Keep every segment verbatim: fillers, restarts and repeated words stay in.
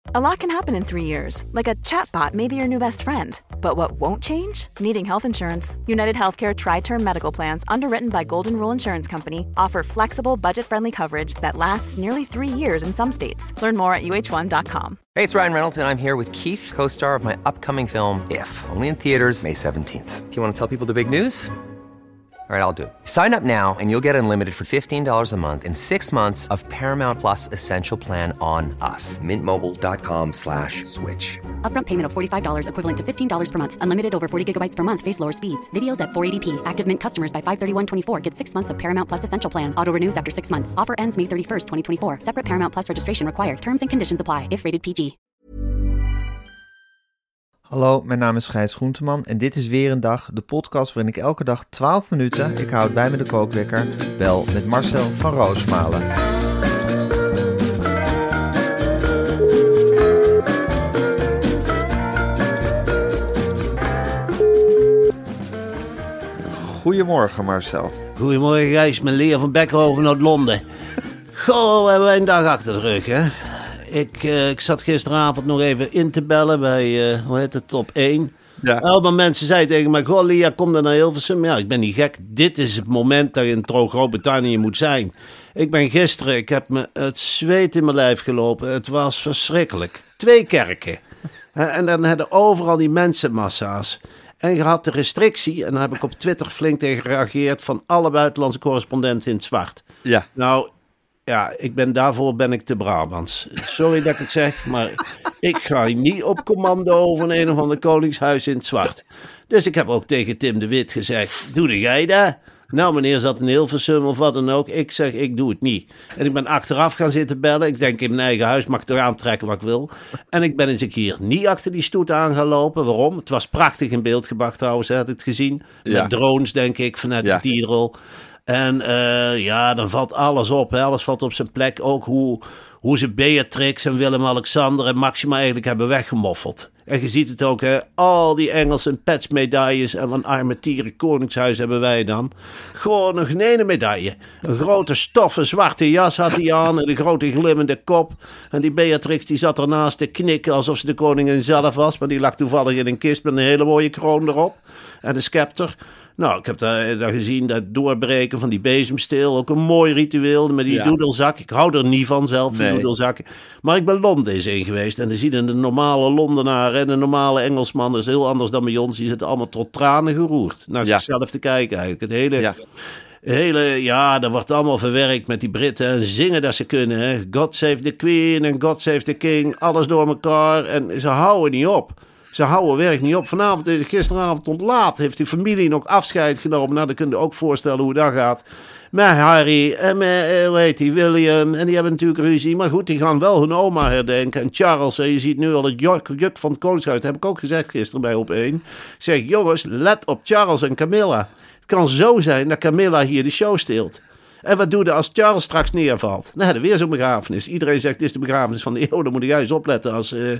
A lot can happen in three years, like a chatbot may be your new best friend. But what won't change? Needing health insurance. United Healthcare Tri-Term Medical Plans, underwritten by Golden Rule Insurance Company, offer flexible, budget-friendly coverage that lasts nearly three years in some states. Learn more at U H one dot com. Hey, it's Ryan Reynolds, and I'm here with Keith, co-star of my upcoming film, If, only in theaters May seventeenth. Do you want to tell people the big news? All right, I'll do it. Sign up now and you'll get unlimited for fifteen dollars a month and six months of Paramount Plus Essential Plan on us. Mint Mobile dot com slash switch. Upfront payment of forty-five dollars equivalent to fifteen dollars per month. Unlimited over forty gigabytes per month. Face lower speeds. Videos at four eighty p. Active Mint customers by five thirty-one twenty-four get six months of Paramount Plus Essential Plan. Auto renews after six months. Offer ends May thirty-first, twenty twenty-four. Separate Paramount Plus registration required. Terms and conditions apply if rated P G. Hallo, mijn naam is Gijs Groenteman en dit is weer een dag, de podcast waarin ik elke dag twaalf minuten, ik houd bij me de kookwekker, bel met Marcel van Roosmalen. Goedemorgen Marcel. Goedemorgen Gijs, mijn leer van Bekkenhoven uit Londen. Goh, we hebben een dag achter de rug, hè. Ik, uh, ik zat gisteravond nog even in te bellen bij, uh, hoe heet het, Top één. Ja. Allemaal mensen zeiden tegen mij, goh Lia, kom dan naar Hilversum. Ja, ik ben niet gek. Dit is het moment dat je in Groot-Brittannië moet zijn. Ik ben gisteren, ik heb me het zweet in mijn lijf gelopen. Het was verschrikkelijk. Twee kerken. En dan hadden overal die mensenmassa's. En je had de restrictie, en daar heb ik op Twitter flink tegen gereageerd, van alle buitenlandse correspondenten in het zwart. Ja. Nou... Ja, ik ben, daarvoor ben ik te Brabants. Sorry dat ik het zeg, maar ik ga niet op commando van een of ander koningshuis in het zwart. Dus ik heb ook tegen Tim de Wit gezegd, doe jij dat? Nou, meneer zat in Hilversum of wat dan ook. Ik zeg, ik doe het niet. En ik ben achteraf gaan zitten bellen. Ik denk, in mijn eigen huis mag ik toch aantrekken wat ik wil. En ik ben eens een keer niet achter die stoet aan gaan lopen. Waarom? Het was prachtig in beeld gebracht trouwens, had het gezien. Met ja. drones, denk ik, vanuit ja. de Cathedral. En uh, ja, dan valt alles op. Hè. Alles valt op zijn plek. Ook hoe, hoe ze Beatrix en Willem-Alexander en Maxima eigenlijk hebben weggemoffeld. En je ziet het ook, hè. Al die Engelse petsmedailles en van armetieren koningshuis hebben wij dan. Gewoon nog geen ene medaille. Een grote stoffen zwarte jas had hij aan en een grote glimmende kop. En die Beatrix die zat ernaast te knikken alsof ze de koningin zelf was. Maar die lag toevallig in een kist met een hele mooie kroon erop. En een scepter. Nou, ik heb daar, daar gezien, dat doorbreken van die bezemsteel. Ook een mooi ritueel met die ja. doedelzak. Ik hou er niet van zelf, van nee. doedelzakken. Maar ik ben Londen eens in geweest. En dan zie je de normale Londenaar en de normale Engelsman. Dat is heel anders dan bij ons. Die zitten allemaal tot tranen geroerd. Naar ja. zichzelf te kijken eigenlijk. Het hele... Ja. Hele, ja, dat wordt allemaal verwerkt met die Britten en zingen dat ze kunnen. Hè. God save the Queen en God save the King. Alles door elkaar. En ze houden niet op. Ze houden werk niet op. Vanavond, gisteravond tot laat, heeft die familie nog afscheid genomen. Nou, dan kun je ook voorstellen hoe dat gaat. Met Harry en met, hoe heet die, William. En die hebben natuurlijk ruzie. Maar goed, die gaan wel hun oma herdenken. En Charles, je ziet nu al het juk, juk van het koningshuis. Dat heb ik ook gezegd gisteren bij Op één. Ik zeg, jongens, let op Charles en Camilla. Het kan zo zijn dat Camilla hier de show steelt. En wat doe je als Charles straks neervalt? Dan hebben we weer zo'n begrafenis. Iedereen zegt, dit is de begrafenis van de eeuw. Dan moet je juist opletten als... Uh,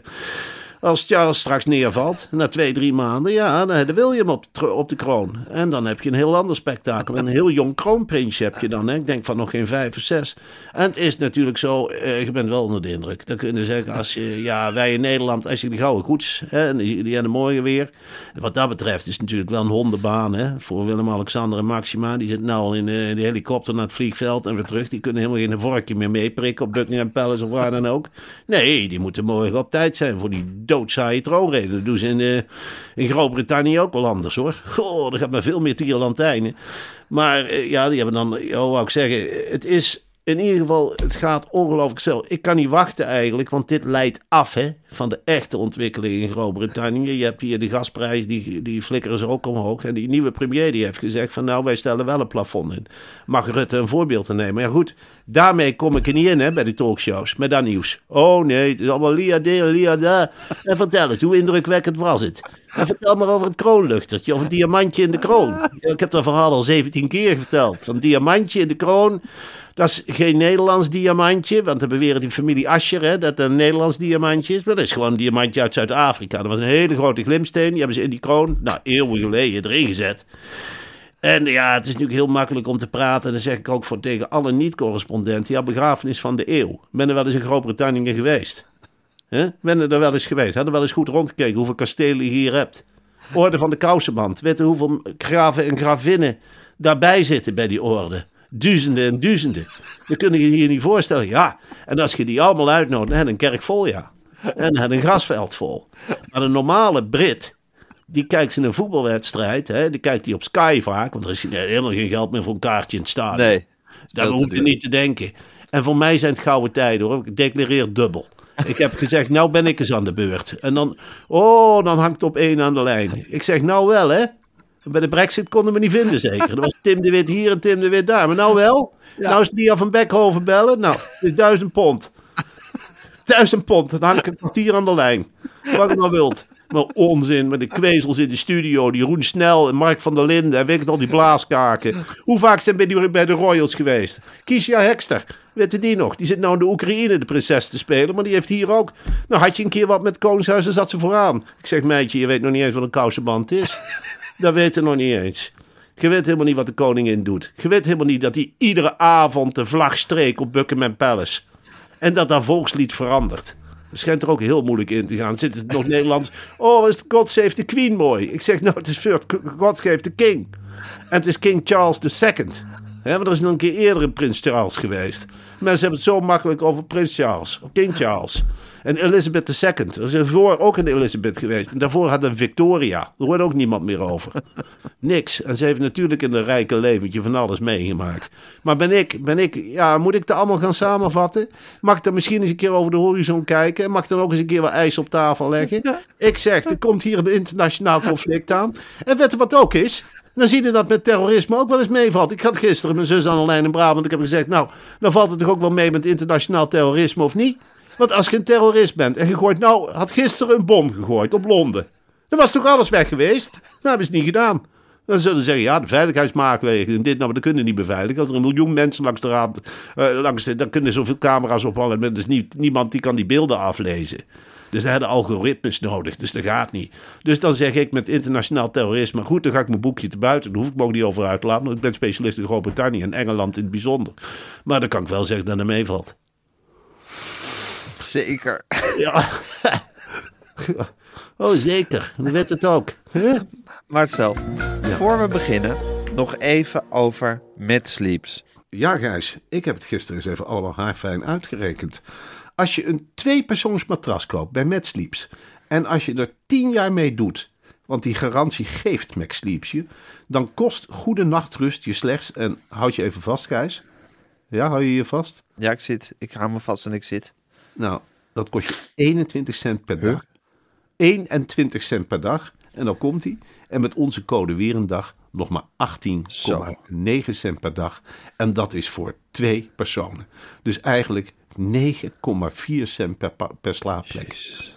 Als Charles straks neervalt, na twee, drie maanden, ja, dan heb je William op de, op de kroon. En dan heb je een heel ander spektakel. Een heel jong kroonprinsje heb je dan, hè. Ik denk van nog geen vijf of zes. En het is natuurlijk zo, eh, je bent wel onder de indruk. Dan kun je zeggen, als je, ja, wij in Nederland, als je de gouden koets, hè, en die, die hebben morgen weer. Wat dat betreft is het natuurlijk wel een hondenbaan, hè, voor Willem-Alexander en Maxima. Die zitten nou al in de, de helikopter naar het vliegveld en weer terug. Die kunnen helemaal geen vorkje meer meeprikken op Buckingham Palace of waar dan ook. Nee, die moeten morgen op tijd zijn voor die doodzaaie troonrede. Dat doen ze in, uh, in Groot-Brittannië ook wel anders, hoor. Goh, er gaat maar veel meer tierlantijnen. Maar uh, ja, die hebben dan, oh, wou ik zeggen, het is in ieder geval, het gaat ongelooflijk zelf. Ik kan niet wachten eigenlijk, want dit leidt af, hè, van de echte ontwikkeling in Groot-Brittannië. Je hebt hier de gasprijs, die, die flikkeren ze ook omhoog. En die nieuwe premier die heeft gezegd van, nou, wij stellen wel een plafond in. Mag Rutte een voorbeeld te nemen. Ja goed, daarmee kom ik er niet in, hè, bij de talkshows, met dat nieuws. Oh nee, het is allemaal lia de, lia da. En vertel eens, hoe indrukwekkend was het? En vertel maar over het kroonluchtertje of het diamantje in de kroon. Ja, ik heb dat verhaal al zeventien keer verteld. Van het diamantje in de kroon. Dat is geen Nederlands diamantje, want dan beweren die familie Ascher, hè, dat het een Nederlands diamantje is. Maar dat is gewoon een diamantje uit Zuid-Afrika. Dat was een hele grote glimsteen, die hebben ze in die kroon, nou, eeuwen geleden erin gezet. En ja, het is natuurlijk heel makkelijk om te praten. En dat zeg ik ook voor tegen alle niet-correspondenten. Ja, begrafenis van de eeuw. Ik ben er wel eens in Groot-Brittannië geweest. Hè? Ben je er wel eens geweest? Hadden wel eens goed rondgekeken hoeveel kastelen je hier hebt? Orde van de Kousenband. Weet je hoeveel graven en gravinnen daarbij zitten bij die orde? Duizenden en duizenden. Dat kun je je hier niet voorstellen. Ja, en als je die allemaal uitnodigt, dan heb je een kerk vol, ja. En dan heb je een grasveld vol. Maar een normale Brit, die kijkt in een voetbalwedstrijd, hè, die kijkt die op Sky vaak, want er is helemaal geen geld meer voor een kaartje in het stadion. Nee. Daar hoef je niet te denken. En voor mij zijn het gouden tijden, hoor. Ik declareer dubbel. Ik heb gezegd, nou ben ik eens aan de beurt. En dan, oh, dan hangt op één aan de lijn. Ik zeg, nou wel, hè. Bij de Brexit konden we niet vinden, zeker. Er was Tim de Wit hier en Tim de Wit daar. Maar nou wel. Ja. Nou is Lia van Beckhoven bellen. Nou, het is duizend pond. Duizend pond. Dan hang ik een kwartier aan de lijn. Wat je nou wilt. Maar onzin, met de kwezels in de studio. Die Jeroen Snel en Mark van der Linden. En weet ik het al, die blaaskaken. Hoe vaak zijn bij, die, bij de Royals geweest? Kiesja Hekster. Weet je die nog? Die zit nou in de Oekraïne de prinses te spelen. Maar die heeft hier ook. Nou had je een keer wat met het Koningshuis en zat ze vooraan. Ik zeg, meidje, je weet nog niet eens wat een kousenband is. Dat weet je nog niet eens. Je weet helemaal niet wat de koningin doet. Je weet helemaal niet dat hij iedere avond de vlag streek op Buckingham Palace. En dat dat volkslied verandert. Dat schijnt er ook heel moeilijk in te gaan. Zit het nog Nederlands? Oh, is God Save the Queen mooi. Ik zeg, nou, het is first God Save the King. En het is King Charles the Second. He, want er is nog een keer eerder een Prins Charles geweest. Mensen hebben het zo makkelijk over Prins Charles. King Charles. En Elizabeth de Second. Er is ervoor ook een Elizabeth geweest. En daarvoor had een Victoria. Er hoort ook niemand meer over. Niks. En ze heeft natuurlijk in een rijke leventje van alles meegemaakt. Maar ben ik, ben ik, ja, moet ik dat allemaal gaan samenvatten? Mag ik dan misschien eens een keer over de horizon kijken? En mag ik dan ook eens een keer wat ijs op tafel leggen? Ik zeg, er komt hier een internationaal conflict aan. En weet je wat ook is? Dan zie je dat met terrorisme ook wel eens meevalt. Ik had gisteren mijn zus aan de lijn in Brabant. Ik heb gezegd, nou, dan valt het toch ook wel mee met internationaal terrorisme of niet? Want als je een terrorist bent en je gooit, nou, had gisteren een bom gegooid op Londen. Dan was toch alles weg geweest? Nou, hebben ze niet gedaan. Dan zullen ze zeggen, ja, de veiligheidsmaatregelen, dit, nou, maar dat kunnen niet beveiligen. Als er een miljoen mensen langs de raad, uh, langs de, dan kunnen zoveel camera's ophangen. Er is niet, niemand die kan die beelden aflezen. Dus daar hebben algoritmes nodig, dus dat gaat niet. Dus dan zeg ik met internationaal terrorisme, goed, dan ga ik mijn boekje te buiten. Daar hoef ik me ook niet over uit te laten, want ik ben specialist in Groot-Brittannië en Engeland in het bijzonder. Maar dan kan ik wel zeggen dat het meevalt. Zeker. Ja. Oh, zeker. Dan weet het ook. Huh? Marcel, ja. Voor we beginnen, nog even over Mad Sleeps. Ja, Gijs, ik heb het gisteren eens even allemaal haarfijn uitgerekend. Als je een tweepersoons matras koopt bij Mad Sleeps en als je er tien jaar mee doet, want die garantie geeft Mad Sleeps je, dan kost goede nachtrust je slechts, en houd je even vast, Gijs. Ja, hou je je vast? Ja, ik zit. Ik hou me vast en ik zit. Nou, dat kost je eenentwintig cent per dag. eenentwintig cent per dag. En dan komt hij. En met onze code weer een dag nog maar achttien komma negen cent per dag. En dat is voor twee personen. Dus eigenlijk negen komma vier cent per, per slaapplek. Jezus.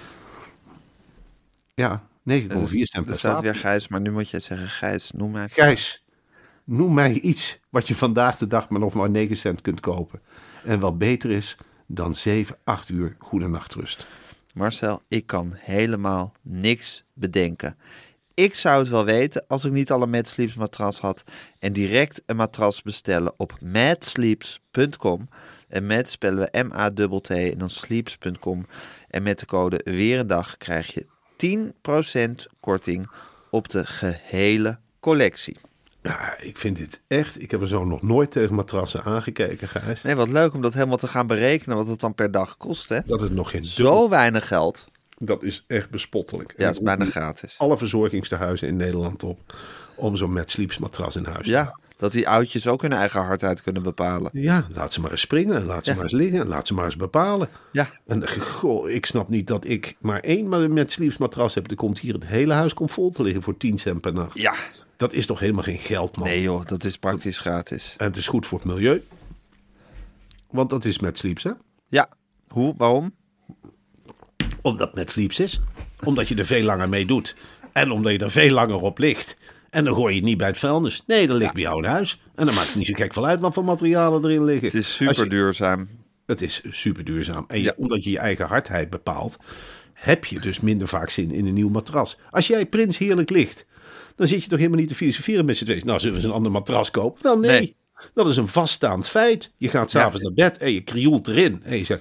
Ja, negen komma vier cent per slaapplek. Er staat weer Gijs, maar nu moet je zeggen, Gijs, noem mij. Gijs, noem mij iets wat je vandaag de dag maar nog maar negen cent kunt kopen. En wat beter is dan zeven, acht uur goede nachtrust. Marcel, ik kan helemaal niks bedenken. Ik zou het wel weten als ik niet al een Mad Sleeps matras had en direct een matras bestellen op madsleeps punt com. En Mad spellen we M A T T en dan sleeps punt com. En met de code weer een dag krijg je tien procent korting op de gehele collectie. Ja, ik vind dit echt... Ik heb er zo nog nooit tegen matrassen aangekeken, Gijs. Nee, wat leuk om dat helemaal te gaan berekenen wat het dan per dag kost, hè? Dat het nog geen... Zo dubbel... weinig geld. Dat is echt bespottelijk. Ja, het is bijna gratis. Alle verzorgingstehuizen in Nederland op om zo'n Mad Sleeps matras in huis te ja, houden. Dat die oudjes ook hun eigen hardheid kunnen bepalen. Ja, laat ze maar eens springen, laat ze ja. maar eens liggen, laat ze maar eens bepalen. Ja. En goh, ik snap niet dat ik maar één Mad Sleeps matras heb. Er komt hier het hele huis komt vol te liggen voor tien cent per nacht. Ja. Dat is toch helemaal geen geld, man? Nee joh, dat is praktisch gratis. En het is goed voor het milieu. Want dat is Mad Sleeps, hè? Ja. Hoe? Waarom? Omdat Mad Sleeps is. Omdat je er veel langer mee doet. En omdat je er veel langer op ligt. En dan gooi je het niet bij het vuilnis. Nee, dat ligt ja. bij jou in huis. En dan maakt het niet zo gek veel uit wat voor materialen erin liggen. Het is super je... duurzaam. Het is super duurzaam. En je, ja. omdat je je eigen hardheid bepaalt, heb je dus minder vaak zin in een nieuw matras. Als jij Prins heerlijk ligt, dan zit je toch helemaal niet te filosoferen met z'n tweeën. Nou, zullen we eens een ander matras kopen? Wel, nee. nee. Dat is een vaststaand feit. Je gaat s'avonds ja. naar bed en je krioelt erin. En je zegt,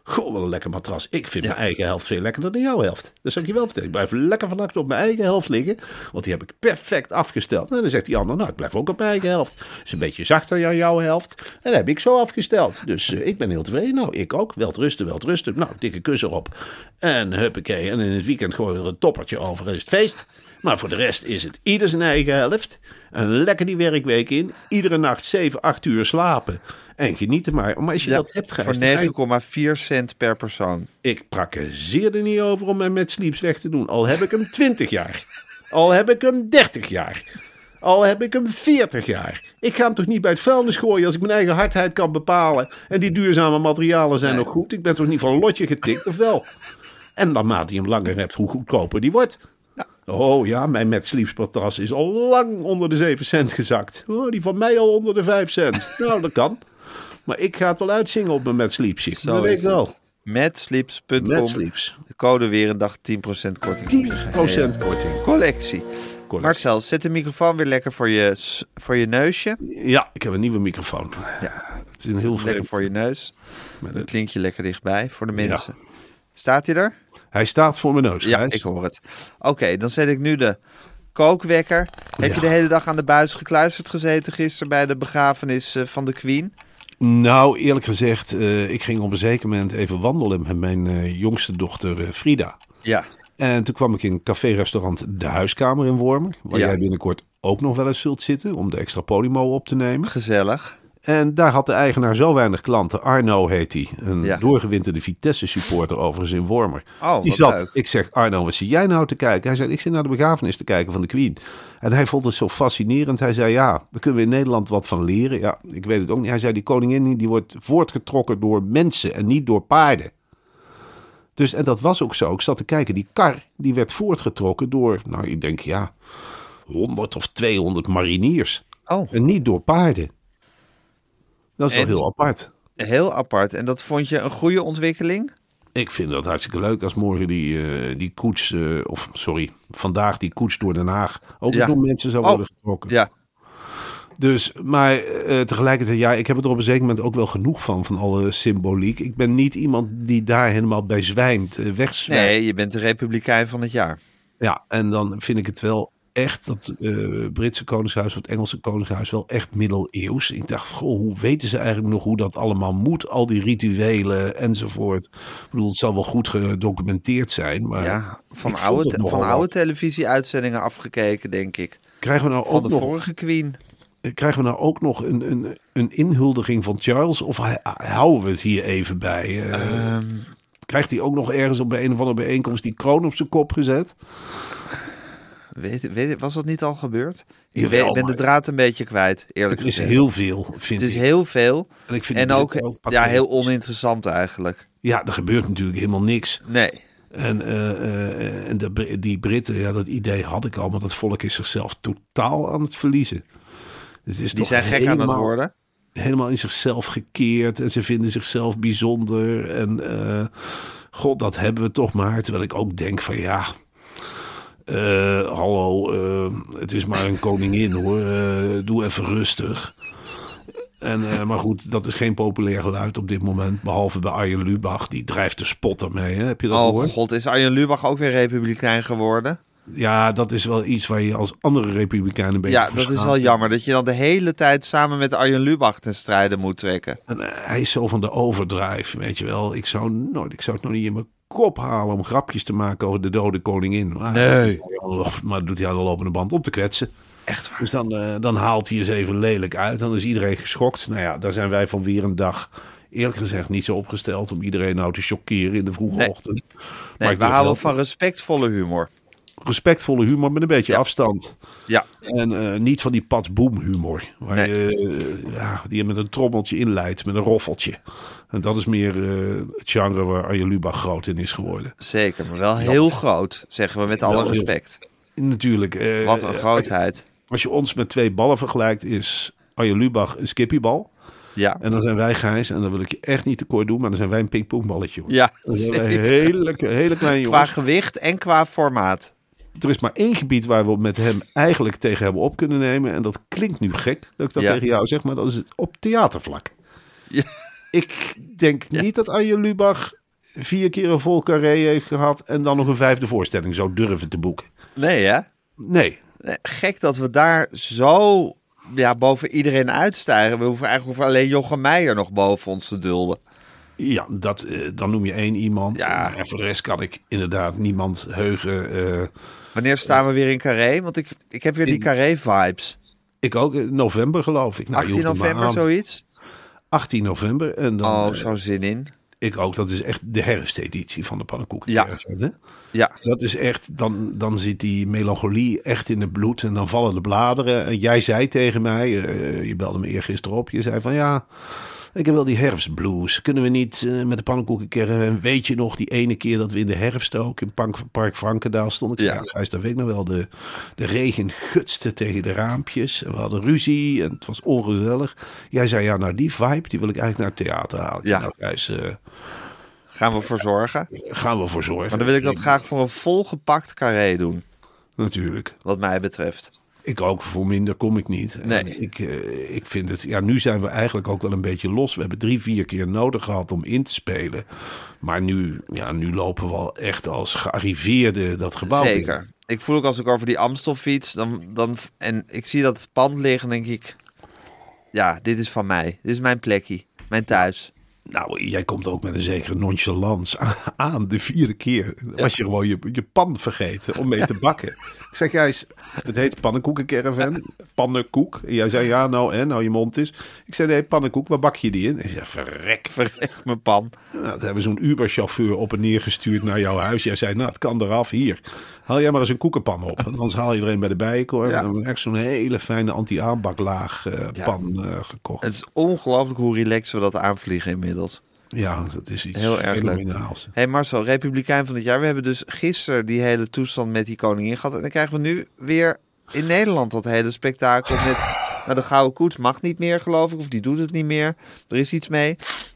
Goh, wat een lekker matras. Ik vind Ja. mijn eigen helft veel lekkerder dan jouw helft. Dat zal ik je wel vertellen. Ik blijf lekker vannacht op mijn eigen helft liggen. Want die heb ik perfect afgesteld. Nou, dan zegt die ander, nou, ik blijf ook op mijn eigen helft. Het is een beetje zachter dan jouw helft. En dat heb ik zo afgesteld. Dus uh, ik ben heel tevreden. Nou, ik ook. Welterusten, welterusten. Nou, dikke kus erop. En huppakee. En in het weekend gooien we er een toppertje over. En is het feest. Maar voor de rest is het ieder zijn eigen helft. En lekker die werkweek in. Iedere nacht zeven, acht uur slapen. En genieten maar. Maar als je Ja, dat hebt, Gijs, voor dan ga je- negen komma vier cent per persoon. ik prakkezeer er niet over om hem met Sleeps weg te doen. Al heb ik hem twintig jaar. Al heb ik hem dertig jaar. Al heb ik hem veertig jaar. Ik ga hem toch niet bij het vuilnis gooien als ik mijn eigen hardheid kan bepalen. En die duurzame materialen zijn nog goed. Ik ben toch niet van lotje getikt, of wel? En naarmate je hem langer hebt, hoe goedkoper die wordt. Oh ja, mijn Mad Sleeps matras is al lang onder de zeven cent gezakt. Oh, die van mij al onder de vijf cent. Nou, dat kan. Maar ik ga het wel uitzingen op mijn Mad Sleepsje. Zo Dat weet is ik wel. madsleeps punt com. Mad Sleeps. De code weer een dag tien procent korting. tien procent korting. Collectie. Collectie. Marcel, zet de microfoon weer lekker voor je, s- voor je neusje. Ja, ik heb een nieuwe microfoon. Ja, Het is een heel lekker vreemd. voor je neus. Met Dan het- klink je lekker dichtbij voor de mensen. Staat hij er? Hij staat voor mijn neus. Ja, Gijs. ik hoor het. Oké, dan zet ik nu de kookwekker. Heb Ja. je de hele dag aan de buis gekluisterd gezeten gisteren bij de begrafenis eh, van de Queen? Nou, eerlijk gezegd, eh, ik ging op een zeker moment even wandelen met mijn eh, jongste dochter eh, Frida. Ja. En toen kwam ik in café-restaurant De Huiskamer in Wormer. Waar Ja. jij binnenkort ook nog wel eens zult zitten om de extra Podimo op te nemen. Gezellig. En daar had de eigenaar zo weinig klanten. Arno heet hij. Een Ja. doorgewinterde Vitesse-supporter overigens in Wormer. Oh, Die wat zat, leuk. ik zeg, Arno, wat zie jij nou te kijken? Hij zei, ik zit naar de begrafenis te kijken van de Queen. En hij vond het zo fascinerend. Hij zei, ja, daar kunnen we in Nederland wat van leren. Ja, ik weet het ook niet. Hij zei, die koningin die wordt voortgetrokken door mensen en niet door paarden. Dus, en dat was ook zo. Ik zat te kijken, die kar die werd voortgetrokken door, nou, ik denk, ja, honderd of tweehonderd mariniers. Oh, En niet door paarden. Dat is En- wel heel apart. heel apart. En dat vond je een goede ontwikkeling? Ik vind dat hartstikke leuk als morgen die, eh, die koets, eh, of sorry, vandaag die koets door Den Haag ook Ja. eens door mensen zou Oh, worden getrokken. Ja. Dus, maar eh, tegelijkertijd, ja, ik heb er op een zeker moment ook wel genoeg van, van alle symboliek. Ik ben niet iemand die daar helemaal bij zwijmt, uh, wegzwijmt. Nee, je bent de Republikein van het jaar. Ja, en dan vind ik het wel echt dat uh, Britse koningshuis of het Engelse koningshuis wel echt middeleeuws. Ik dacht, goh, hoe weten ze eigenlijk nog hoe dat allemaal moet? Al die rituelen enzovoort. Ik bedoel, het zal wel goed gedocumenteerd zijn, maar Ja, van ik vond oude, het nogal van oude wat. televisieuitzendingen afgekeken, denk ik. Krijgen we nou Van ook de nog, vorige Queen. krijgen we nou ook nog een, een, een inhuldiging van Charles? Of hu- houden we het hier even bij? Uh, Um, krijgt hij ook nog ergens op een of andere bijeenkomst die kroon op zijn kop gezet? weet, weet, was dat niet al gebeurd? Ik Jawel, weet- ik ben de maar- draad een beetje kwijt, eerlijk Het is gezegd. heel veel, vind Het is ik. heel veel. En ik vind En die ook, Britten ook ja, heel pathetisch. oninteressant eigenlijk. Ja, er gebeurt natuurlijk helemaal niks. Nee. En, eh, eh, en de, Br- die Britten, ja, dat idee had ik al, maar dat volk is zichzelf totaal aan het verliezen. Het is Die toch zijn gek aan het helemaal- worden. Helemaal in zichzelf gekeerd en ze vinden zichzelf bijzonder. En eh, god, dat hebben we toch maar. Terwijl ik ook denk van ja, eh, hallo, eh, het is maar een koningin hoor. Eh, doe even rustig. En, eh, maar goed, dat is geen populair geluid op dit moment. Behalve bij Arjen Lubach, die drijft de spot ermee. Hè? Heb je dat Oh gehoord? god, is Arjen Lubach ook weer republikein geworden? Ja, dat is wel iets waar je als andere republikeinen een beetje Ja, voor dat is schaamt. wel jammer. Dat je dan de hele tijd samen met Arjen Lubach ten strijde moet trekken. En, eh, hij is zo van de overdrive, weet je wel. Ik zou, nooit, ik zou het nog niet in mijn kop halen om grapjes te maken over de dode koningin. Maar, Nee. maar dat doet hij aan de lopende band op te kletsen. Echt waar. Dus dan, eh, dan haalt hij eens even lelijk uit. Dan is iedereen geschokt. Nou ja, daar zijn wij van weer een dag eerlijk gezegd niet zo opgesteld om iedereen nou te chockeren in de vroege Nee. ochtend. Nee, maar ik we durf houden wel van respectvolle humor. respectvolle humor met een beetje Ja. afstand. Ja, En eh, niet van die Pat Boom humor. Waar Nee. je, eh, ja, die je met een trommeltje inleidt, met een roffeltje. En dat is meer eh, het genre waar Arjen Lubach groot in is geworden. zeker. Maar wel heel groot, zeggen we met alle Wel heel- respect. Natuurlijk. eh, Wat een grootheid. Als je ons met twee ballen vergelijkt, is Arjen Lubach een skippiebal. Ja, En dan zijn wij Gijs, en dan wil ik je echt niet tekort doen, maar dan zijn wij een pingpongballetje. Hoor. ja Dan zijn wij zeker. hele, hele kleine Qua jongens. gewicht en qua formaat. Er is maar één gebied waar we met hem eigenlijk tegen hebben op kunnen nemen. En dat klinkt nu gek dat ik dat Ja. tegen jou zeg, maar dat is het op theatervlak. Ja. Ik denk niet dat Arjen Lubach vier keer een vol carré heeft gehad en dan nog een vijfde voorstelling zou durven te boeken. Nee, hè? Nee. Nee, gek dat we daar zo ja, boven iedereen uitstijgen. We hoeven eigenlijk alleen Jochem Meijer nog boven ons te dulden. Ja, dat, uh, dan noem je één iemand. Ja. En voor de rest kan ik inderdaad niemand heugen. Uh, Wanneer staan we weer in Carré? Want ik, ik heb weer die in- Carré-vibes. ik ook, in november geloof ik. Nou, je achttien hoeft er maar november, aan. zoiets? achttien november. En dan, Oh, uh, zo'n zin in. ik ook, dat is echt de herfsteditie van de pannenkoeken. Ja. Hè? Ja, Dat is echt, dan, dan zit die melancholie echt in het bloed en dan vallen de bladeren. En jij zei tegen mij, uh, je belde me eergisteren op, je zei van ja, ik heb wel die herfstblues. Kunnen we niet uh, met de pannenkoekencaravan, weet je nog die ene keer dat we in de herfst ook in Park, Park Frankendaal stonden? Ik zei, Ja. ja, Gijs, dat weet ik nog wel. De, de regen gutste tegen de raampjes. En we hadden ruzie en het was ongezellig. Jij zei ja, nou die vibe, die wil ik eigenlijk naar het theater halen. Ja. Nou, Gijs, uh, gaan we voor zorgen. gaan we voor zorgen. Maar dan wil ik dat graag voor een volgepakt Carré doen. Natuurlijk. Wat mij betreft. Ik ook, voor minder kom ik niet. Nee. En ik, uh, ik vind het, ja, nu zijn we eigenlijk ook wel een beetje los. We hebben drie, vier keer nodig gehad om in te spelen. Maar nu, ja, nu lopen we al echt als gearriveerden dat gebouw in. Zeker. Ik voel ook als ik over die Amstel fiets dan, dan, en ik zie dat pand liggen, denk ik, ja, dit is van mij. Dit is mijn plekje. Mijn thuis. Nou, jij komt ook met een zekere nonchalance aan de vierde keer. Was je gewoon je, je pan vergeten om mee te bakken. Ik zeg, jij, het heet pannenkoekencaravan. Pannenkoek. En jij zei, ja, nou en, nou je mond is. Ik zei, nee, pannenkoek, waar bak je die in? Ik zei, verrek. Verrek mijn pan. Nou, toen hebben we zo'n Uber-chauffeur op en neer gestuurd naar jouw huis. Jij zei, nou, het kan eraf, hier. Haal jij maar eens een koekenpan op. En anders haal je er een bij de bijenkorf. Ja. En dan hebben we echt zo'n hele fijne anti-aanbaklaag uh, Ja. pan uh, gekocht. Het is ongelooflijk hoe relaxed we dat aanvliegen inmiddels. Ja, dat is iets Heel erg leuk. fenomenaals. Hé hey Marcel, Republikein van het jaar. We hebben dus gisteren die hele toestand met die koningin gehad. En dan krijgen we nu weer in Nederland dat hele spektakel met... Nou, de Gouden Koets mag niet meer, geloof ik. Of die doet het niet meer. Er is iets mee.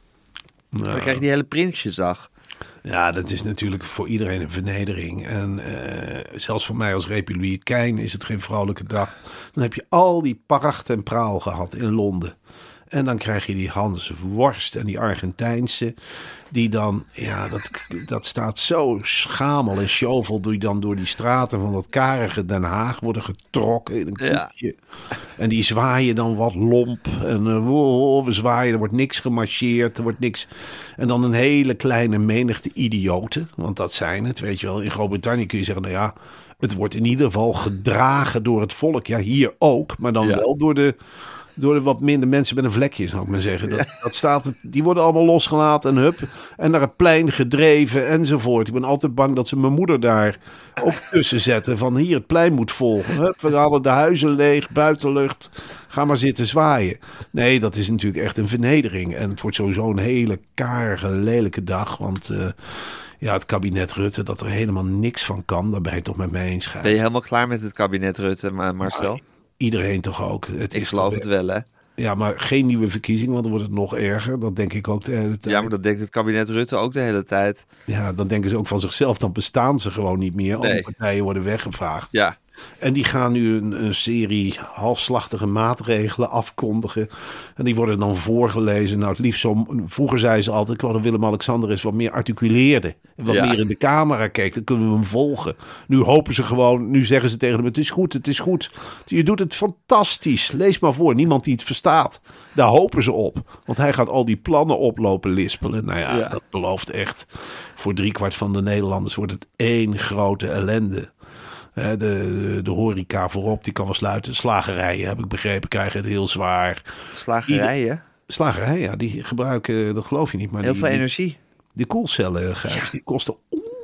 Nou, Dan krijg je die hele Prinsjesdag. Ja, dat is natuurlijk voor iedereen een vernedering. En uh, zelfs voor mij als Republikein is het geen vrolijke dag. Dan heb je al die pracht en praal gehad in Londen. En dan krijg je die Hans Worst en die Argentijnse. Die dan, ja, dat, dat staat zo schamel en shovel. Die dan door die straten van dat karige Den Haag worden getrokken in een koekje. Ja. En die zwaaien dan wat lomp. En uh, oh, we zwaaien, er wordt niks gemarcheerd. Er wordt niks. En dan een hele kleine menigte idioten. Want dat zijn het, weet je wel. In Groot-Brittannië kun je zeggen, nou ja, het wordt in ieder geval gedragen door het volk. Ja, hier ook. Maar dan ja. wel door de... Door de wat minder mensen met een vlekje, zou ik maar zeggen. Dat, ja. dat staat, die worden allemaal losgelaten en hup. En naar het plein gedreven enzovoort. Ik ben altijd bang dat ze mijn moeder daar ook tussen zetten. Van hier, het plein moet vol. Hup, we halen de huizen leeg, buitenlucht. Ga maar zitten zwaaien. Nee, dat is natuurlijk echt een vernedering. En het wordt sowieso een hele karige, lelijke dag. Want... Uh, Ja, het kabinet Rutte, dat er helemaal niks van kan. Daar ben je toch met mij eens, Gijs. Ben je helemaal klaar met het kabinet Rutte, Marcel? Ja, iedereen toch ook. Het ik is geloof het wel, hè? Ja, maar geen nieuwe verkiezingen, want dan wordt het nog erger. Dat denk ik ook de hele tijd. Ja, maar dat denkt het kabinet Rutte ook de hele tijd. Ja, dan denken ze ook van zichzelf. Dan bestaan ze gewoon niet meer. Nee. Al die partijen worden weggevraagd. Ja. En die gaan nu een, een serie halfslachtige maatregelen afkondigen. En die worden dan voorgelezen. Nou, het liefst zo... Vroeger zei ze altijd, ik wou dat Willem-Alexander eens wat meer articuleerde. En wat ja. meer in de camera keek. Dan kunnen we hem volgen. Nu hopen ze gewoon... Nu zeggen ze tegen hem, het is goed, het is goed. Je doet het fantastisch. Lees maar voor. Niemand die het verstaat. Daar hopen ze op. Want hij gaat al die plannen oplopen lispelen. Nou ja, ja. dat belooft echt. Voor driekwart van de Nederlanders wordt het één grote ellende. De, de, de horeca voorop, die kan wel sluiten. Slagerijen, heb ik begrepen, krijgen het heel zwaar. Slagerijen? Ieder, slagerijen, ja, die gebruiken, dat geloof je niet. Maar heel die, veel die, energie. Die koelcellen, Gijs, ja. die kosten...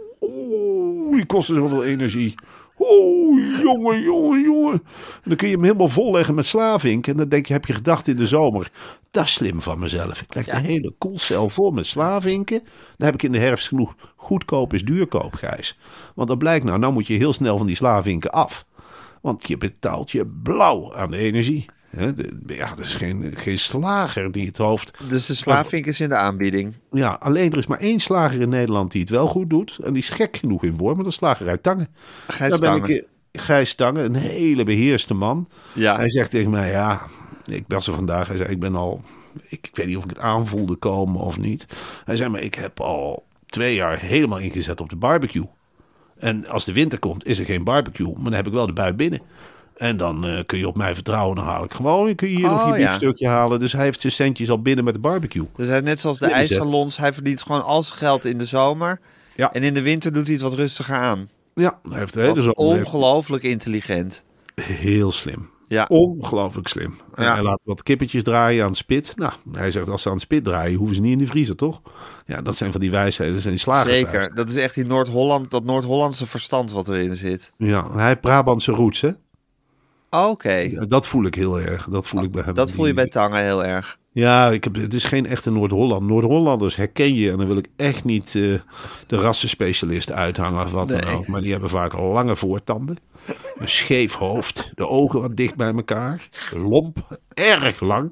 Oeh, die kosten zoveel energie. Oeh, jongen, jongen, jongen. En dan kun je hem helemaal volleggen met slavink. En dan denk je, heb je gedacht in de zomer... Dat is slim van mezelf. Ik leg ja. de hele koelcel vol met slavinken. Dan heb ik in de herfst genoeg. Goedkoop is duurkoop, Gijs. Want dat blijkt nou, nou moet je heel snel van die slavinken af. Want je betaalt je blauw aan de energie. He, de, ja, er is geen, geen slager die het hoofd... Dus de slavink is in de aanbieding. Ja, alleen er is maar één slager in Nederland die het wel goed doet. En die is gek genoeg in Wormen, dat is slagerij Tangen. Gijs Daar ben Tangen. ik, Gijs Tangen, een hele beheerste man. Ja. Hij zegt tegen mij, ja... Ik bel ze vandaag. Hij zei, ik ben al... Ik, ik weet niet of ik het aanvoelde komen of niet. Hij zei, maar ik heb al twee jaar helemaal ingezet op de barbecue. En als de winter komt, is er geen barbecue. Maar dan heb ik wel de bui binnen. En dan uh, kun je op mij vertrouwen. Dan haal ik gewoon. Kun je hier oh, nog je ja. biefstukje halen. Dus hij heeft zijn centjes al binnen met de barbecue. Dus hij heeft net zoals de ijssalons. Hij verdient gewoon al zijn geld in de zomer. Ja. En in de winter doet hij het wat rustiger aan. Ja, hij heeft de hele zomer. Ongelooflijk intelligent. Heel slim. Ja. Ongelooflijk slim. En ja. hij laat wat kippetjes draaien aan het spit. Nou, hij zegt als ze aan het spit draaien, hoeven ze niet in de vriezer, toch? Ja, dat zijn van die wijsheden. Dat zijn die slagerswijsheden. Zeker. Dat is echt die Noord-Holland, dat Noord-Hollandse verstand wat erin zit. Ja, hij heeft Brabantse roots, hè? Oké. Okay. Ja, dat voel ik heel erg. Dat voel ik bij hem. Dat voel je bij Tange heel erg. Ja, ik heb, het is geen echte Noord-Holland. Noord-Hollanders herken je. En dan wil ik echt niet uh, de rassenspecialist uithangen of wat nee. dan ook. Maar die hebben vaak lange voortanden. Een scheef hoofd. De ogen wat dicht bij elkaar. Lomp. Erg lang.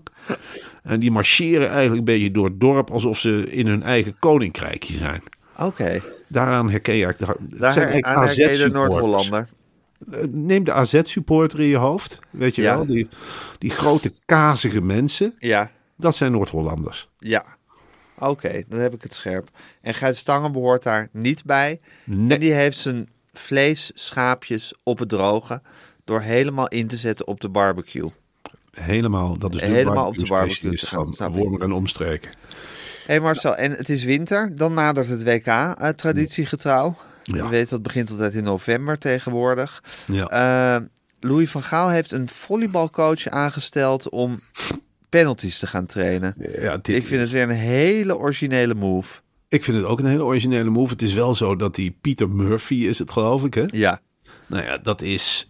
En die marcheren eigenlijk een beetje door het dorp alsof ze in hun eigen koninkrijkje zijn. Oké. Okay. Daaraan herken je eigenlijk... Het Daar zijn eigenlijk A Z-supporters. De Noord-Hollander. Neem de A Z-supporter in je hoofd. Weet je ja. wel? Die, die grote kazige mensen. Ja. Dat zijn Noord-Hollanders. Ja. Oké, okay, dan heb ik het scherp. En Gijs Tange behoort daar niet bij. Nee. En die heeft zijn vleesschaapjes op het droge door helemaal in te zetten op de barbecue. Helemaal, dat is de helemaal op de barbecue te gaan, van Wormer en omstreken. Hé hey Marcel, en het is winter, dan nadert het W K, uh, traditiegetrouw. Ja. Je weet, dat begint altijd in november tegenwoordig. Ja. Uh, Louis van Gaal heeft een volleybalcoach aangesteld om penalties te gaan trainen. Ja, dit Ik vind het weer een hele originele move. Ik vind het ook een hele originele move. Het is wel zo dat die Peter Murphy is het, geloof ik, hè? Ja. Nou ja, dat is...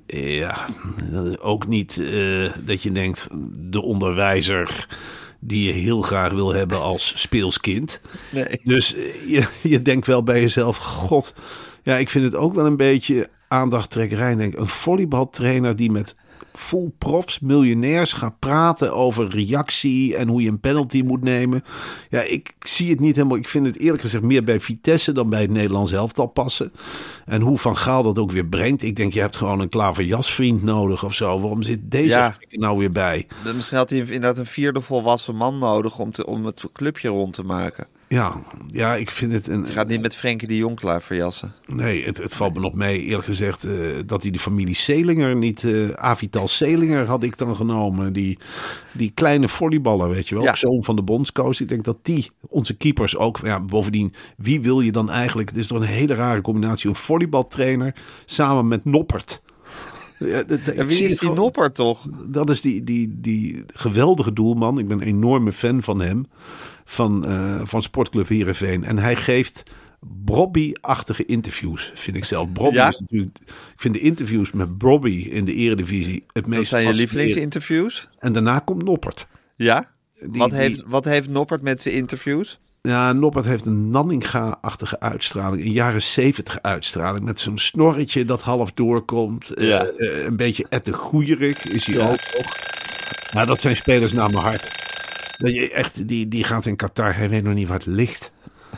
Ja, dat is ook niet uh, dat je denkt, de onderwijzer die je heel graag wil hebben als speelskind. Nee. Dus je, je denkt wel bij jezelf, god, ja, ik vind het ook wel een beetje aandachttrekkerij. Denk, een volleybaltrainer die met full profs, miljonairs gaat praten over reactie en hoe je een penalty moet nemen. Ja, ik zie het niet helemaal. Ik vind het eerlijk gezegd meer bij Vitesse dan bij het Nederlands elftal passen. En hoe Van Gaal dat ook weer brengt. Ik denk, je hebt gewoon een klaverjasvriend nodig of zo. Waarom zit deze ja. er nou weer bij? Misschien had hij inderdaad een vierde volwassen man nodig om, te, om het clubje rond te maken. Ja, ja, ik vind het... Een, je gaat niet met Frenkie de Jong klaar verjassen. Nee, het, het valt me nog mee, eerlijk gezegd, uh, dat hij de familie Selinger niet... Uh, Avital Selinger had ik dan genomen. Die, die kleine volleyballer, weet je wel. Ja. Zoon van de bondscoach. Ik denk dat die, onze keepers ook... Ja, bovendien, wie wil je dan eigenlijk... Het is toch een hele rare combinatie. Een volleybaltrainer samen met Noppert. Ja, de, de, en wie is die gewoon, Noppert toch? Dat is die, die, die geweldige doelman. Ik ben een enorme fan van hem. Van, uh, van Sportclub Heerenveen. En hij geeft Brobby-achtige interviews, vind ik zelf. Brobby ja? is natuurlijk... Ik vind de interviews met Brobby in de Eredivisie het meest... Dat zijn je lievelingsinterviews? En daarna komt Noppert. Ja? Die, wat, die, heeft, wat heeft Noppert met zijn interviews? Ja, Noppert heeft een Nanninga-achtige uitstraling. Een jaren zeventig uitstraling. Met zo'n snorretje dat half doorkomt. Ja. Uh, uh, een beetje Ette Goeierik is hij ja. ook nog. Maar dat zijn spelers naar mijn hart. Dat je echt, die, die gaat in Qatar. Hij weet nog niet waar het ligt.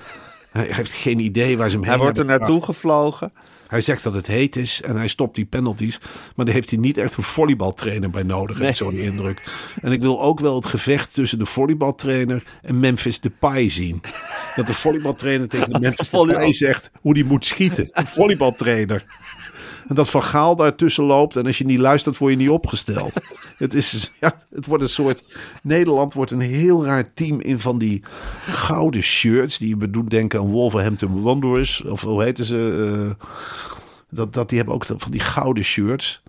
Hij heeft geen idee waar ze hem heen Hij wordt er naartoe gebracht. gevlogen. Hij zegt dat het heet is en hij stopt die penalties. Maar daar heeft hij niet echt een volleybaltrainer bij nodig. Nee. Heb ik zo de indruk. En ik wil ook wel het gevecht tussen de volleybaltrainer en Memphis Depay zien. Dat de volleybaltrainer tegen de Memphis Depay zegt hoe die moet schieten. Een volleybaltrainer. En dat Van Gaal daartussen loopt. En als je niet luistert, word je niet opgesteld. Het is, ja, het wordt een soort... Nederland wordt een heel raar team in van die gouden shirts. Die je doet denken aan Wolverhampton Wanderers. Of hoe heten ze? Uh, dat, dat, die hebben ook van die gouden shirts.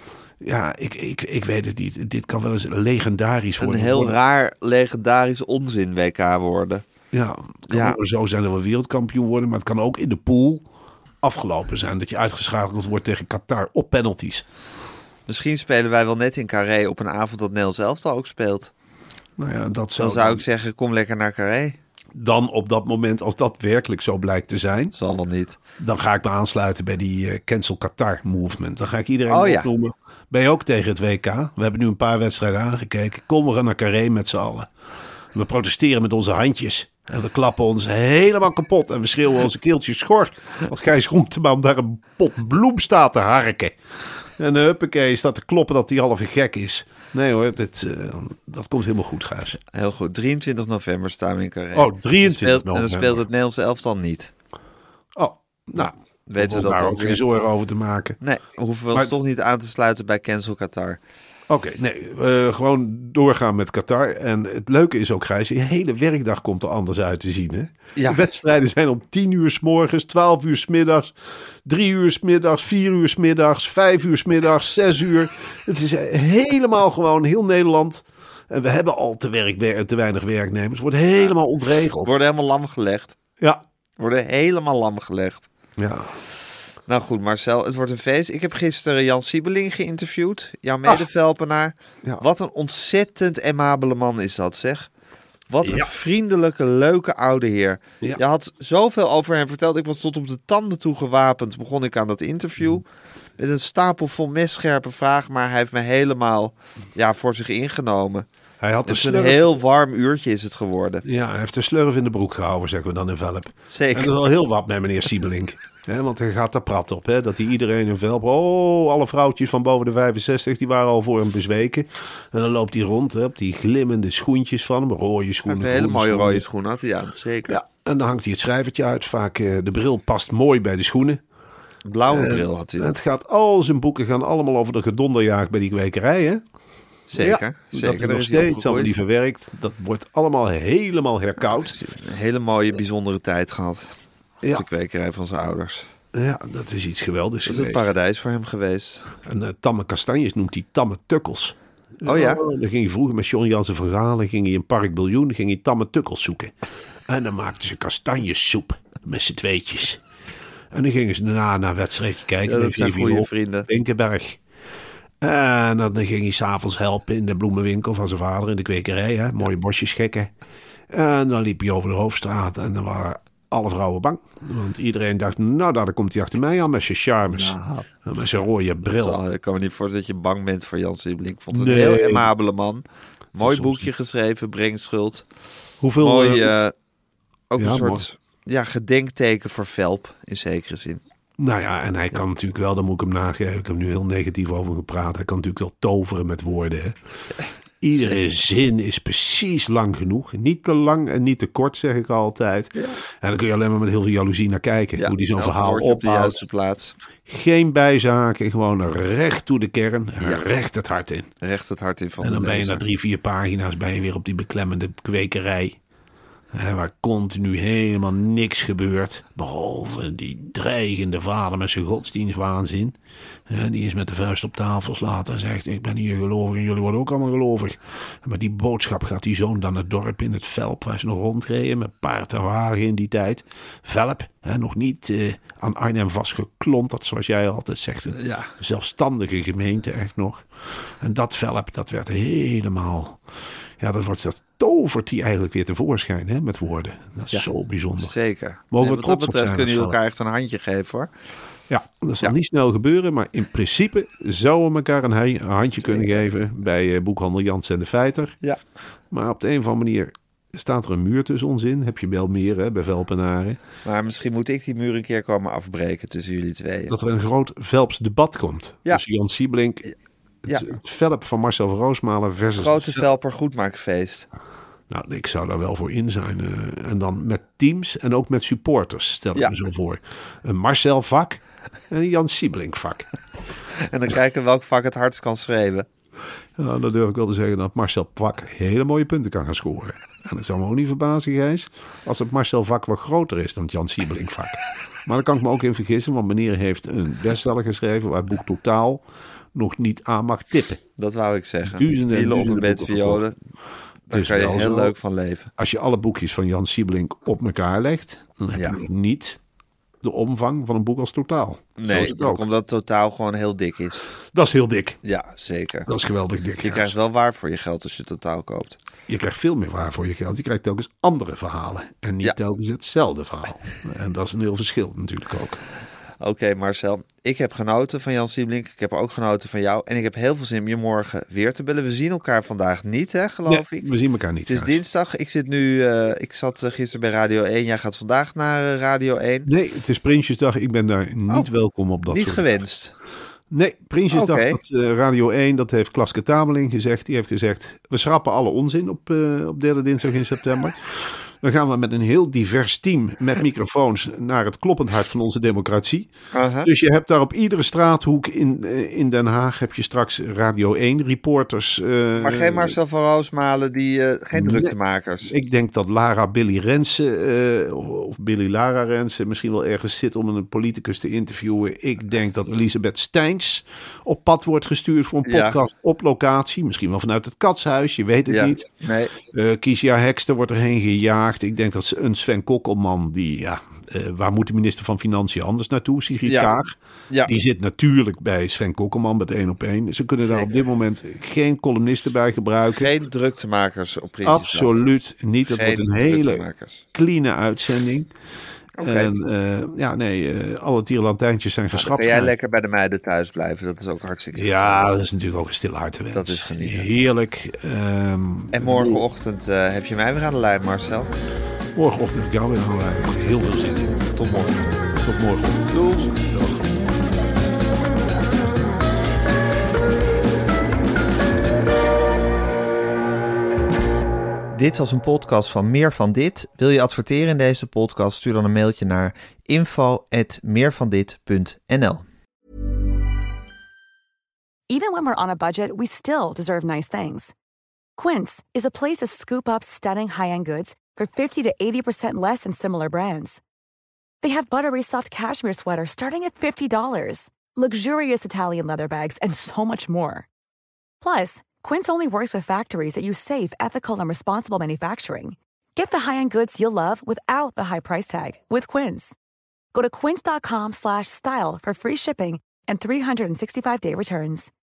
Ja, ik, ik, ik weet het niet. Dit kan wel eens legendarisch worden. Een heel raar legendarisch onzin W K worden. Ja, het kan ja. ook zo zijn dat we wereldkampioen worden. Maar het kan ook in de pool afgelopen zijn. Dat je uitgeschakeld wordt tegen Qatar op penalties. Misschien spelen wij wel net in Carré op een avond dat Nederlands elftal ook speelt. Nou ja, dat zou dan zou dan, ik zeggen, kom lekker naar Carré. Dan op dat moment, als dat werkelijk zo blijkt te zijn. Zal wel niet. Dan ga ik me aansluiten bij die uh, Cancel Qatar movement. Dan ga ik iedereen oh, opnoemen. Ja. Ben je ook tegen het W K? We hebben nu een paar wedstrijden aangekeken. Kom, we gaan naar Carré met z'n allen. We protesteren met onze handjes. En we klappen ons helemaal kapot. En we schreeuwen onze keeltjes schor. Als Gijs Groenteman daar een pot bloem staat te harken. En uh, huppakee, staat te kloppen dat hij half gek is. Nee hoor, dit, uh, dat komt helemaal goed, Gijs. Heel goed. drieëntwintig november staan we in Carré. Oh, drieëntwintig november. En dan speelt het Nederlandse elftal niet. Oh, nou, weten we dat daar ook ook geen weer. zorgen over te maken. Nee, hoeven we Maar- ons toch niet aan te sluiten bij Cancel Qatar. Oké, okay, nee, uh, gewoon doorgaan met Qatar. En het leuke is ook, Gijs, je hele werkdag komt er anders uit te zien. Hè? Ja. De wedstrijden zijn om tien uur 's morgens, twaalf uur 's middags, drie uur 's middags, vier uur 's middags, vijf uur 's middags, zes uur. Het is helemaal gewoon heel Nederland. En we hebben al te, werk, te weinig werknemers. Het wordt helemaal ontregeld. Worden helemaal lam gelegd. Ja. Worden helemaal lam gelegd. Ja. Nou goed, Marcel, het wordt een feest. Ik heb gisteren Jan Siebeling geïnterviewd. Jouw medevelpenaar. Ja. Wat een ontzettend aimabele man is dat, zeg. Wat een Ja. vriendelijke, leuke oude heer. Ja. Je had zoveel over hem verteld. Ik was tot op de tanden toe gewapend. Begon ik aan dat interview. Met een stapel vol messcherpe vragen. Maar hij heeft me helemaal ja, voor zich ingenomen. Hij had de Het is een slurf, heel warm uurtje is het geworden. ja, hij heeft de slurf in de broek gehouden, zeggen we dan in Velp. Zeker. En dat is wel heel wat met meneer Siebelink. He, want hij gaat daar prat op. Hè, dat hij iedereen in Velp... Oh, alle vrouwtjes van boven de vijfenzestig... die waren al voor hem bezweken. En dan loopt hij rond hè, op die glimmende schoentjes van hem. Rode Hij schoenen. heeft een hele groene mooie schoenen. rode schoen had hij, ja, zeker. Ja, en dan hangt hij het schrijvertje uit. Vaak uh, de bril past mooi bij de schoenen. Blauwe En bril had hij. het gaat, al zijn boeken gaan allemaal over de gedonderjaag bij die kwekerij. Hè? Zeker. Ja, zeker. dat is Daar nog is hij steeds allemaal opgegroeid. niet verwerkt. Dat wordt allemaal helemaal herkoud. Een hele mooie, bijzondere tijd gehad. Ja. De kwekerij van zijn ouders. Ja, dat is iets geweldigs Dat is het geweest. paradijs voor hem geweest. En uh, tamme kastanjes noemt hij tamme tukkels. Oh ja? Dan ging hij vroeger met John Jansen van Galen, ging hij in Park Biljoen, ging hij tamme tukkels zoeken. En dan maakten ze kastanjesoep met z'n tweetjes. En dan gingen ze daarna naar een wedstrijdje kijken. Ja, dat bij zijn V V O goede vrienden. Linkenberg. En dan ging hij s'avonds helpen in de bloemenwinkel van zijn vader in de kwekerij. Hè? Mooie bosjes schikken. En dan liep hij over de Hoofdstraat en dan waren alle vrouwen bang. Want iedereen dacht, nou daar komt hij achter mij aan met zijn charmes. Nou, En met zijn rode bril. Zo, ik kan me niet voorstellen dat je bang bent voor Jan Siebeling. Ik vond het Nee. een heel aimabele man. Mooi soms boekje geschreven, Breng Schuld. Hoeveel... Mooi, eh, eh, ook ja, een soort mooi. ja, gedenkteken voor Velp, in zekere zin. Nou ja, en hij kan natuurlijk wel, daar moet ik hem nageven. Ik heb nu heel negatief over gepraat. Hij kan natuurlijk wel toveren met woorden. Hè? Iedere zin is precies lang genoeg. Niet te lang en niet te kort, zeg ik altijd. Ja. En dan kun je alleen maar met heel veel jaloezie naar kijken. Ja, hoe die zo'n elk verhaal woordje op de ophoudt. juiste plaats. Geen bijzaken, gewoon recht toe de kern. Ja. Recht het hart in. Recht het hart in van En de dan ben je lezer. na drie, vier pagina's ben je weer op die beklemmende kwekerij. Hè, waar continu helemaal niks gebeurt. Behalve die dreigende vader met zijn godsdienstwaanzin. Hè, die is met de vuist op tafel slaat en zegt: ik ben hier gelovig en jullie worden ook allemaal gelovig. Maar die boodschap gaat die zoon dan het dorp in het Velp, waar ze nog rondreden met paard en wagen in die tijd. Velp, hè, nog niet uh, aan Arnhem vastgeklonterd, zoals jij altijd zegt. Een Ja. zelfstandige gemeente echt nog. En dat Velp, dat werd helemaal... Ja, dat wordt dat tovert hij eigenlijk weer tevoorschijn hè, met woorden. Dat is Ja. zo bijzonder. Zeker. Mogen we wat trots dat op betreft zijn kunnen jullie als elkaar echt een handje geven, hoor. Ja, dat zal Ja. niet snel gebeuren, maar in principe zouden we elkaar een, hei- een handje kunnen geven bij eh, boekhandel Jansen en de Feiter. Ja. Maar op de een of andere manier staat er een muur tussen ons in. Heb je wel meer hè, bij Velpenaren. Maar misschien moet ik die muur een keer komen afbreken tussen jullie tweeën. Dat er een groot Velps debat komt. Ja. Dus Jan Siebelink, het, Ja. het Velp van Marcel van Roosmalen versus... Grote het Velper goedmaakfeest. Nou, ik zou daar wel voor in zijn. eh, en dan met teams en ook met supporters, stel ik Ja. me zo voor. Een Marcel vak en een Jan Siebelink vak. En dan kijken welk vak het hardst kan schreeuwen. Nou, dan durf ik wel te zeggen dat Marcel Vak hele mooie punten kan gaan scoren. En dat zou me ook niet verbazen, Gijs, als het Marcel Vak wat groter is dan het Jan Siebelink vak. Maar daar kan ik me ook in vergissen, want meneer heeft een bestseller geschreven waar het boek totaal nog niet aan mag tippen. Dat wou ik zeggen. Duizenden en Wielen op een duizenden bed boeken violen. Daar is kan je wel heel zo. leuk van leven. Als je alle boekjes van Jan Siebelink op elkaar legt, dan heb Ja. je nog niet de omvang van een boek als totaal. Zo is Nee, het ook. omdat het totaal gewoon heel dik is. Dat is heel dik. Ja, zeker. Dat is geweldig dik. Je Gijs. krijgt wel waar voor je geld als je totaal koopt. Je krijgt veel meer waar voor je geld. Je krijgt telkens andere verhalen. En niet Ja. telkens hetzelfde verhaal. En dat is een heel verschil natuurlijk ook. Oké, Marcel. Ik heb genoten van Jan Siebelink. Ik heb ook genoten van jou. En ik heb heel veel zin om je morgen weer te bellen. We zien elkaar vandaag niet, hè, geloof Nee, ik. we zien elkaar niet. Het is Gijs. dinsdag. Ik zit nu. eh, ik zat eh, gisteren bij Radio één. Jij gaat vandaag naar eh, Radio één. Nee, het is Prinsjesdag. Ik ben daar niet Oh, welkom op dat niet soort- gewenst. Nee, Prinsjesdag, Oké. dat uh, Radio één, dat heeft Klaske Tameling gezegd. Die heeft gezegd, we schrappen alle onzin op, uh, op derde dinsdag in september. Dan gaan we met een heel divers team met microfoons naar het kloppend hart van onze democratie. Uh-huh. Dus je hebt daar op iedere straathoek in, in Den Haag heb je straks Radio één reporters. Uh, Maar geen Marcel van Roosmalen, die, uh, geen druktemakers. Ik denk dat Lara Billy Rensen, uh, of Billy Lara Rensen, misschien wel ergens zit om een politicus te interviewen. Ik denk dat Elisabeth Steins op pad wordt gestuurd voor een podcast ja. op locatie. Misschien wel vanuit het Katshuis, je weet het ja. niet. Nee. Uh, Kiesja Hekster wordt erheen gejaagd. Ik denk dat een Sven Kokkelman, die, ja, uh, waar moet de minister van Financiën anders naartoe? Sigrid ja. Kaag. Ja. Die zit natuurlijk bij Sven Kokkelman met één op één. Ze kunnen Zeker. daar op dit moment geen columnisten bij gebruiken. Geen druktemakers op Prinsjesdag. Absoluut niet. Het wordt een hele clean uitzending. Okay. En uh, ja, nee, uh, alle tierenlantijntjes zijn geschrapt. Dan kan jij lekker bij de meiden thuis blijven. Dat is ook hartstikke Ja, dat is natuurlijk ook een stille hartewens. Dat is genieten. Heerlijk. Um, en morgenochtend uh, heb je mij weer aan de lijn, Marcel. Morgenochtend heb ik jou weer aan de lijn. Ik heb heel veel zin in. Tot morgen. Tot morgen. Doei. Dag. Dit was een podcast van Meer van Dit. Wil je adverteren in deze podcast? Stuur dan een mailtje naar info at meervandit punt n l. Even when we're on a budget, we still deserve nice things. Quince is a place to scoop up stunning high-end goods for fifty to eighty percent less than similar brands. They have buttery soft cashmere sweaters starting at fifty dollars, luxurious Italian leather bags, and so much more. Plus, Quince only works with factories that use safe, ethical, and responsible manufacturing. Get the high-end goods you'll love without the high price tag with Quince. Go to quince dot com slash style for free shipping and three sixty-five day returns.